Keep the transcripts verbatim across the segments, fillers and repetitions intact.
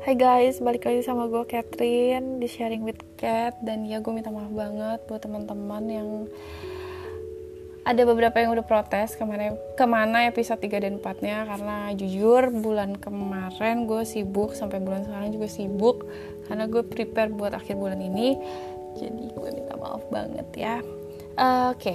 Hai guys, balik lagi sama gue Catherine di Sharing with Cat. Dan ya gue minta maaf banget buat teman-teman yang ada beberapa yang udah protes kemana, kemana episode tiga dan empat-nya. Karena jujur bulan kemarin gue sibuk, sampai bulan sekarang juga sibuk karena gue prepare buat akhir bulan ini. Jadi gue minta maaf banget ya. uh, Oke okay.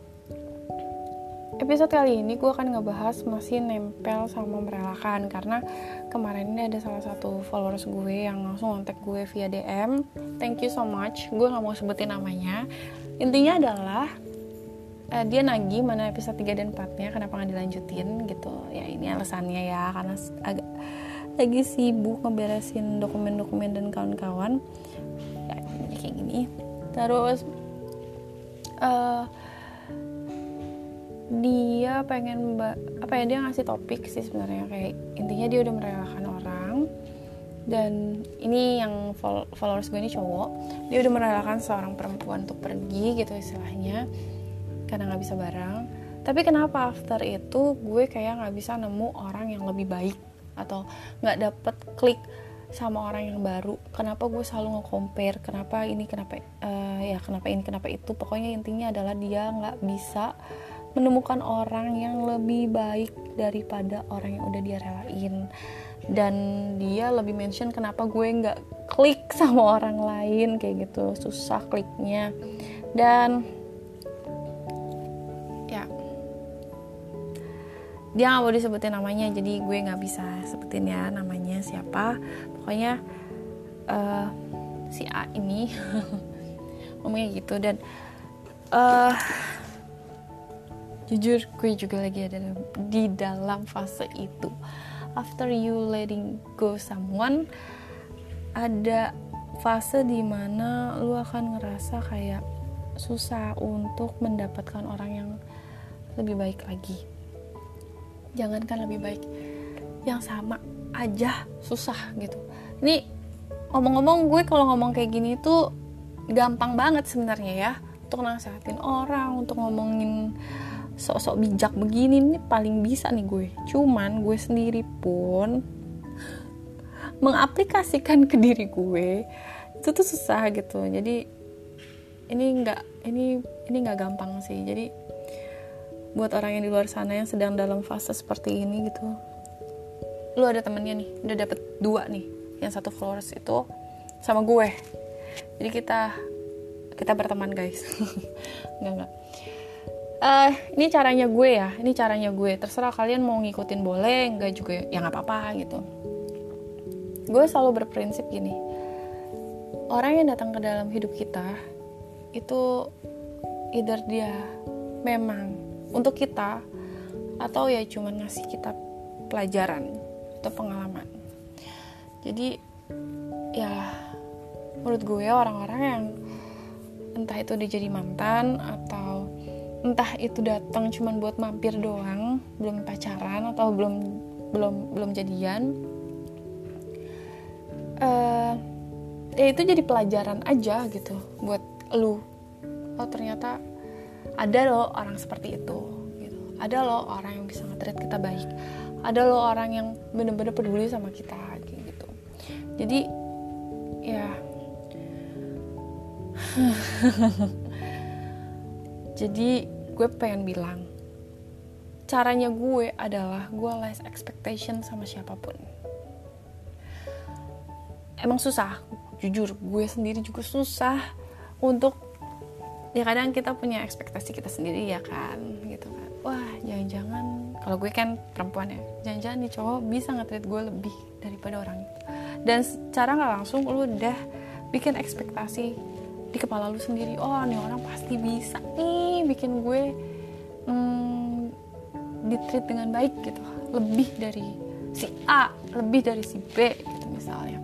Episode kali ini gue akan ngebahas masih nempel sama merelakan. Karena kemarin ini ada salah satu followers gue yang langsung kontak gue via D M. Thank you so much. Gue gak mau sebutin namanya. Intinya adalah uh, dia nagih mana episode tiga dan empat-nya, kenapa gak dilanjutin gitu. Ya ini alasannya ya, karena agak lagi sibuk ngeberesin dokumen-dokumen dan kawan-kawan. Ya kayak gini. Terus uh, dia pengen mbak apa ya dia ngasih topik sih sebenarnya, kayak intinya dia udah merelakan orang. Dan ini yang followers gue ini cowok, dia udah merelakan seorang perempuan untuk pergi gitu istilahnya karena nggak bisa bareng. Tapi kenapa after itu gue kayak nggak bisa nemu orang yang lebih baik atau nggak dapet klik sama orang yang baru? Kenapa gue selalu nge-compare, kenapa ini kenapa uh, ya kenapa ini kenapa itu? Pokoknya intinya adalah dia nggak bisa menemukan orang yang lebih baik daripada orang yang udah dia relain. Dan dia lebih mention kenapa gue gak klik sama orang lain, kayak gitu, susah kliknya. Dan ya dia gak mau disebutin namanya, jadi gue gak bisa sebutin ya namanya siapa. Pokoknya uh, si A ini ngomongnya gitu. Dan uh, jujur gue juga lagi ada di dalam fase itu. After you letting go someone, ada fase dimana lu akan ngerasa kayak susah untuk mendapatkan orang yang lebih baik lagi. Jangankan lebih baik, yang sama aja susah gitu. Ini ngomong-ngomong, gue kalau ngomong kayak gini tuh gampang banget sebenarnya ya, untuk nasehatin orang, untuk ngomongin sok-sok bijak begini nih paling bisa nih gue. Cuman gue sendiri pun mengaplikasikan ke diri gue itu tuh susah gitu. Jadi ini nggak ini ini nggak gampang sih. Jadi buat orang yang di luar sana yang sedang dalam fase seperti ini gitu, lu ada temennya nih, udah dapet dua nih, yang satu followers itu sama gue. Jadi kita kita berteman guys. nggak nggak Uh, ini caranya gue ya, ini caranya gue. Terserah kalian mau ngikutin boleh, enggak juga ya nggak apa-apa gitu. Gue selalu berprinsip gini, orang yang datang ke dalam hidup kita itu either dia memang untuk kita atau ya cuman ngasih kita pelajaran atau pengalaman. Jadi ya menurut gue orang-orang yang entah itu dia jadi mantan atau entah itu datang cuman buat mampir doang, belum pacaran atau belum belum belum jadian, uh, ya itu jadi pelajaran aja gitu buat lu. Oh ternyata ada loh orang seperti itu gitu. Ada loh orang yang bisa nge-treat kita baik, ada loh orang yang bener-bener peduli sama kita kayak gitu. Jadi ya jadi gue pengen bilang, caranya gue adalah gue less expectation sama siapapun. Emang susah, jujur gue sendiri juga susah untuk, ya kadang kita punya ekspektasi kita sendiri ya kan, gitu kan. Wah jangan-jangan, kalau gue kan perempuan ya, jangan-jangan nih cowok bisa nge-treat gue lebih daripada orang itu. Dan secara gak langsung lu udah bikin ekspektasi di kepala lu sendiri, oh nih orang pasti bisa nih bikin gue hmm, di-treat dengan baik gitu, lebih dari si A, lebih dari si B gitu misalnya.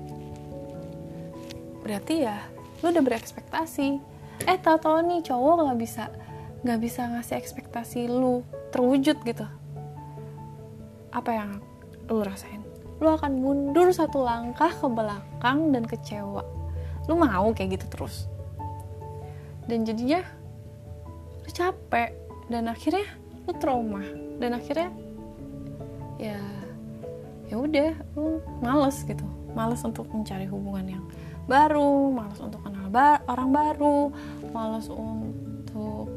Berarti ya lu udah berekspektasi, eh tau-tau nih cowok nggak bisa nggak bisa ngasih ekspektasi lu terwujud gitu. Apa yang lu rasain? Lu akan mundur satu langkah ke belakang dan kecewa. Lu mau kayak gitu terus, dan jadinya lu capek, dan akhirnya lu trauma, dan akhirnya ya ya udah lu males gitu, malas untuk mencari hubungan yang baru, malas untuk kenal ba- orang baru, malas untuk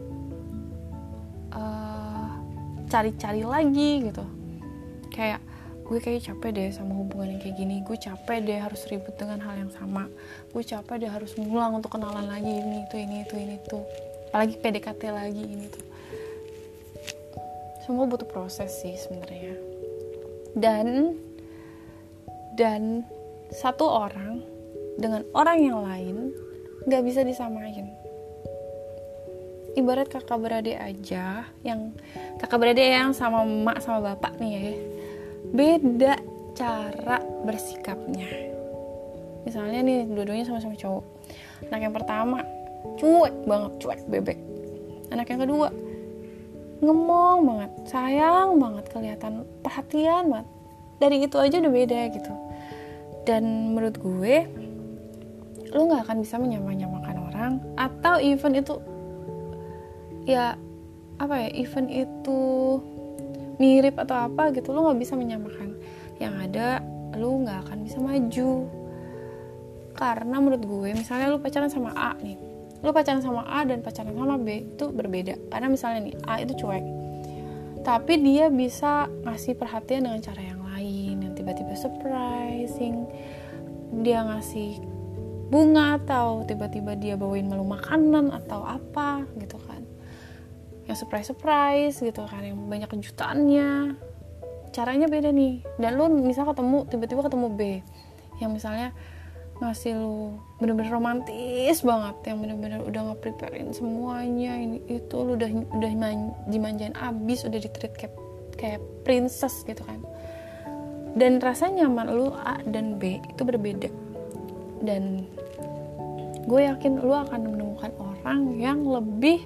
uh, cari-cari lagi gitu. Kayak gue kayak capek deh sama hubungan yang kayak gini, gue capek deh harus ribut dengan hal yang sama, gue capek deh harus ngulang untuk kenalan lagi ini itu ini itu ini itu, apalagi P D K T lagi ini tuh. Semua butuh proses sih sebenarnya. Dan dan satu orang dengan orang yang lain nggak bisa disamain. Ibarat kakak beradik aja, yang kakak beradik yang sama emak sama bapak nih ya, beda cara bersikapnya. Misalnya nih dua-duanya sama-sama cowok, anak yang pertama cuek banget, cuek bebek. Anak yang kedua ngemong banget, sayang banget, kelihatan perhatian banget. Dari itu aja udah beda gitu. Dan menurut gue, lu nggak akan bisa menyamakan orang, atau even itu ya apa ya, even itu mirip atau apa gitu, lu nggak bisa menyamakan. Yang ada lu nggak akan bisa maju. Karena menurut gue, misalnya lu pacaran sama A nih, lu pacaran sama A dan pacaran sama B itu berbeda. Karena misalnya nih A itu cuek, tapi dia bisa ngasih perhatian dengan cara yang lain, yang tiba-tiba surprising. Dia ngasih bunga, atau tiba-tiba dia bawain menu makanan atau apa gitu kan, yang surprise-surprise gitu kan, yang banyak kejutannya. Caranya beda nih. Dan lu misal ketemu, tiba-tiba ketemu B yang misalnya ngasih lu bener-bener romantis banget, yang bener-bener udah nge-preparein semuanya, ini itu, lu udah udah dimanjain abis, udah di-treat kayak kayak princess gitu kan. Dan rasa nyaman lu A dan B itu berbeda. Dan gue yakin lu akan menemukan orang yang lebih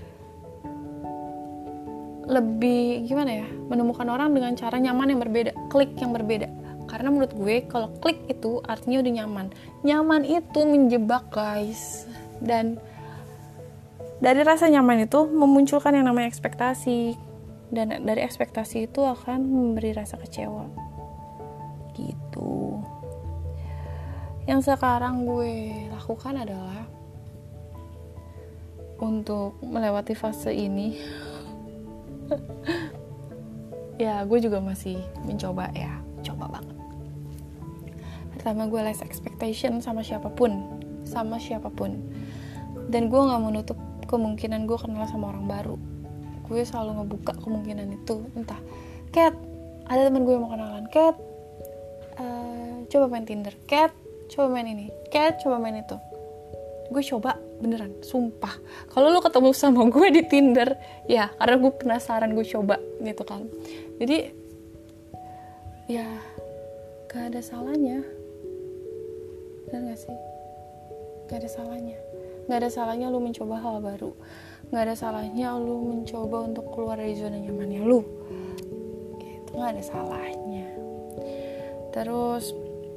lebih gimana ya, menemukan orang dengan cara nyaman yang berbeda, klik yang berbeda. Karena menurut gue kalau klik itu artinya udah nyaman. Nyaman itu menjebak guys. Dan dari rasa nyaman itu memunculkan yang namanya ekspektasi. Dan dari ekspektasi itu akan memberi rasa kecewa. Gitu. Yang sekarang gue lakukan adalah untuk melewati fase ini. Ya gue juga masih mencoba ya. Coba banget. Pertama gue less expectation sama siapapun, sama siapapun. Dan gue nggak menutup kemungkinan gue kenal sama orang baru. Gue selalu ngebuka kemungkinan itu. Entah, Kat, ada teman gue yang mau kenalan. Kat, uh, coba main Tinder. Kat, coba main ini. Kat, coba main itu. Gue coba beneran, sumpah. Kalau lu ketemu sama gue di Tinder, ya karena gue penasaran, gue coba gitu kan. Jadi ya gak ada salahnya. Bener gak sih? Gak ada salahnya. Gak ada salahnya lu mencoba hal baru. Gak ada salahnya lu mencoba untuk keluar dari zona nyamannya lu. Itu gak ada salahnya. Terus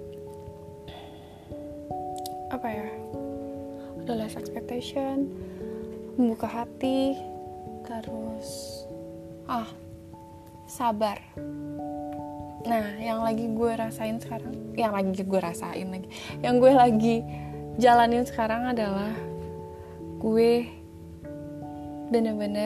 apa ya, ada less expectation, membuka hati. Terus ah sabar. Nah, yang lagi gue rasain sekarang, yang lagi gue rasain lagi, yang gue lagi jalanin sekarang adalah gue bener-bener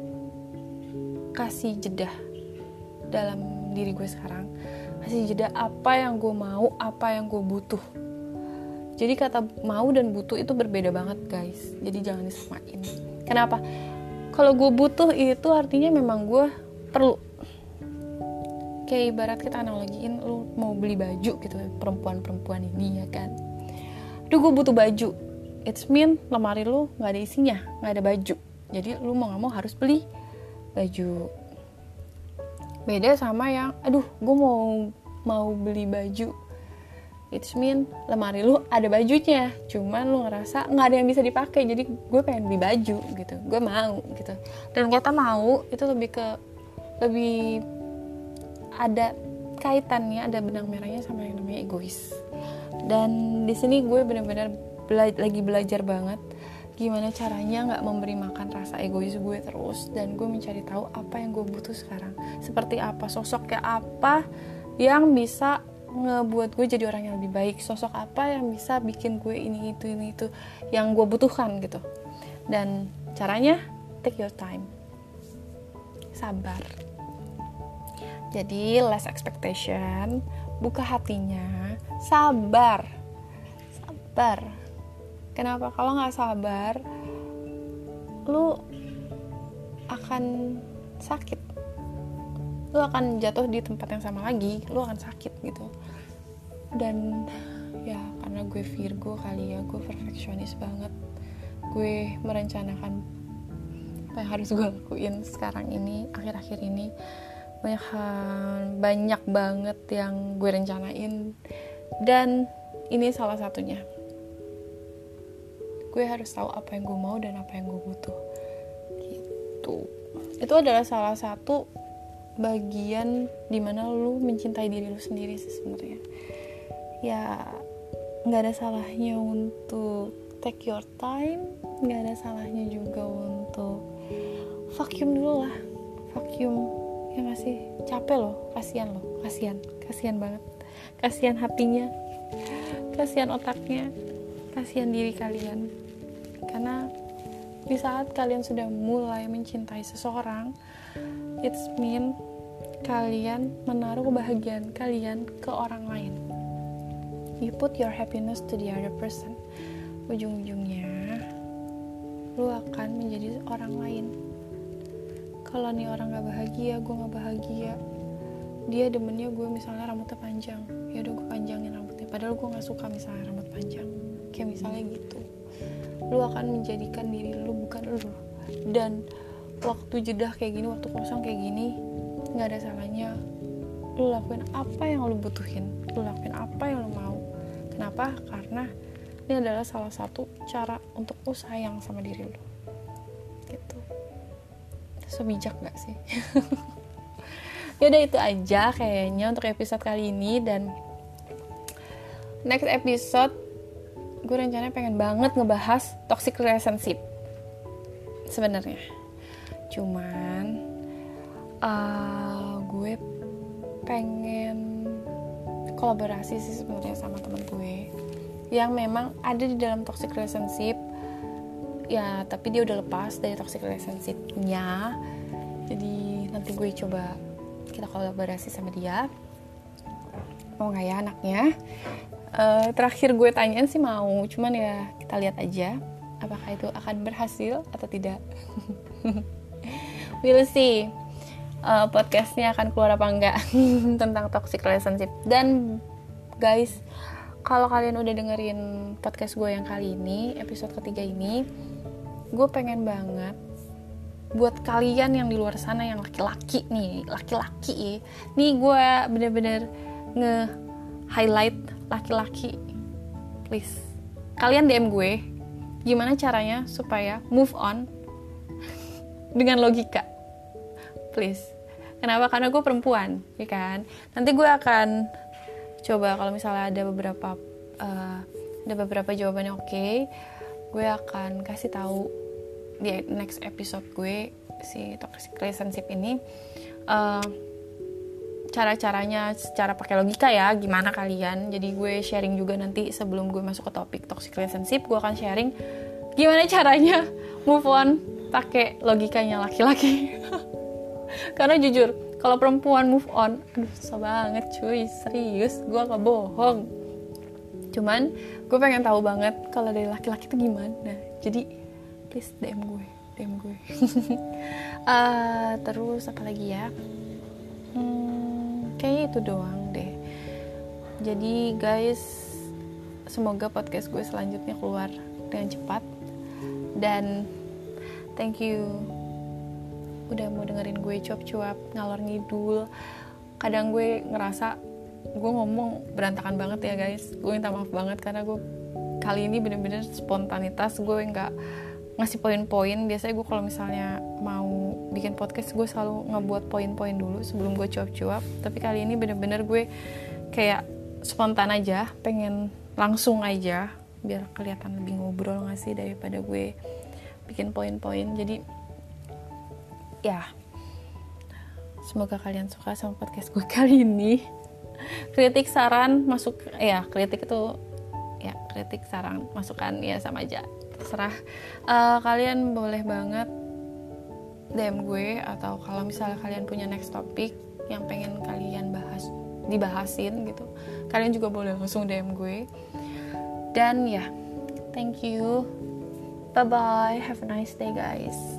kasih jeda dalam diri gue sekarang, kasih jeda apa yang gue mau, apa yang gue butuh. Jadi kata mau dan butuh itu berbeda banget guys, jadi jangan disamain. Kenapa? Kalau gue butuh itu artinya memang gue perlu. Kayak ibarat kita analogiin, lu mau beli baju gitu, perempuan-perempuan ini ya kan. Aduh gue butuh baju, it's mean lemari lu gak ada isinya, gak ada baju. Jadi lu mau gak mau harus beli baju. Beda sama yang, aduh gue mau mau beli baju, it's mean lemari lu ada bajunya, cuman lu ngerasa gak ada yang bisa dipakai, jadi gue pengen beli baju gitu, gue mau gitu. Dan kata mau itu lebih ke, lebih ada kaitannya, ada benang merahnya sama yang namanya egois. Dan di sini gue benar-benar bela- lagi belajar banget gimana caranya nggak memberi makan rasa egois gue terus, dan gue mencari tahu apa yang gue butuh sekarang, seperti apa sosok kayak apa yang bisa ngebuat gue jadi orang yang lebih baik, sosok apa yang bisa bikin gue ini itu ini itu yang gue butuhkan gitu. Dan caranya take your time, sabar. Jadi less expectation, buka hatinya, sabar, sabar. Kenapa? Kalau nggak sabar, lu akan sakit, lu akan jatuh di tempat yang sama lagi, lu akan sakit gitu. Dan ya karena gue Virgo kali ya, gue perfeksionis banget, gue merencanakan apa yang harus gue lakuin sekarang ini, akhir-akhir ini banyak banyak banget yang gue rencanain, dan ini salah satunya. Gue harus tahu apa yang gue mau dan apa yang gue butuh gitu. Itu adalah salah satu bagian dimana lu mencintai diri lu sendiri sih sebenarnya. Ya nggak ada salahnya untuk take your time, nggak ada salahnya juga untuk vacuum dulu lah, vacuum ya masih capek loh, kasihan loh, kasihan, kasihan banget, kasihan hatinya, kasihan otaknya, kasihan diri kalian. Karena di saat kalian sudah mulai mencintai seseorang, it's mean kalian menaruh kebahagiaan kalian ke orang lain. You put your happiness to the other person. Ujung-ujungnya lu akan menjadi orang lain. Kalau nih orang gak bahagia, gue gak bahagia. Dia demennya gue misalnya rambutnya panjang, ya udah gue panjangin rambutnya. Padahal gue gak suka misalnya rambut panjang, kayak misalnya gitu. Lu akan menjadikan diri lu bukan lu. Dan waktu jeda kayak gini, waktu kosong kayak gini, gak ada salahnya lu lakuin apa yang lu butuhin, lu lakuin apa yang lu mau. Kenapa? Karena ini adalah salah satu cara untuk lu sayang sama diri lu gitu. Sebijak gak sih? Yaudah, itu aja kayaknya untuk episode kali ini. Dan next episode gue rencananya pengen banget ngebahas toxic relationship sebenarnya. Cuman uh, gue pengen kolaborasi sih sebenarnya sama teman gue yang memang ada di dalam toxic relationship ya, tapi dia udah lepas dari toxic relationship-nya. Jadi nanti gue coba kita kolaborasi sama dia. Mau nggak ya anaknya? Uh, terakhir gue tanyain sih mau, cuman ya kita lihat aja apakah itu akan berhasil atau tidak. We'll see. Uh, podcastnya akan keluar apa enggak tentang toxic relationship. Dan guys, kalau kalian udah dengerin podcast gue yang kali ini, episode ketiga ini, gue pengen banget buat kalian yang di luar sana yang laki-laki nih, laki-laki nih, gue bener-bener nge-highlight laki-laki. Please, kalian D M gue gimana caranya supaya move on dengan logika. Please. Kenapa? Karena gue perempuan, ya kan? Nanti gue akan coba kalau misalnya ada beberapa uh, ada beberapa jawabannya oke, okay, gue akan kasih tahu di next episode gue si toxic relationship ini uh, cara-caranya secara pakai logika ya, gimana kalian. Jadi gue sharing juga nanti sebelum gue masuk ke topik toxic relationship, gue akan sharing gimana caranya move on pakai logikanya laki-laki. Karena jujur, kalau perempuan move on, aduh susah banget cuy, serius, gue gak bohong. Cuman, gue pengen tahu banget kalau dari laki-laki itu gimana. Jadi, please D M gue, D M gue. uh, terus apa lagi ya? Hmm, kayaknya itu doang deh. Jadi guys, semoga podcast gue selanjutnya keluar dengan cepat. Dan thank you udah mau dengerin gue cuap-cuap, ngalor ngidul. Kadang gue ngerasa gue ngomong berantakan banget ya guys. Gue minta maaf banget karena gue kali ini bener-bener spontanitas. Gue gak ngasih poin-poin. Biasanya gue kalau misalnya mau bikin podcast, gue selalu ngebuat poin-poin dulu sebelum gue cuap-cuap. Tapi kali ini bener-bener gue kayak spontan aja, pengen langsung aja biar kelihatan lebih ngobrol gak sih daripada gue bikin poin-poin. Jadi ya, semoga kalian suka sama podcast gue kali ini. kritik, saran, masuk ya kritik itu ya kritik, saran, masukan ya sama aja, terserah. Uh, kalian boleh banget D M gue, atau kalau misalnya kalian punya next topic yang pengen kalian bahas, dibahasin gitu, kalian juga boleh langsung D M gue. Dan ya, thank you, bye bye, have a nice day guys.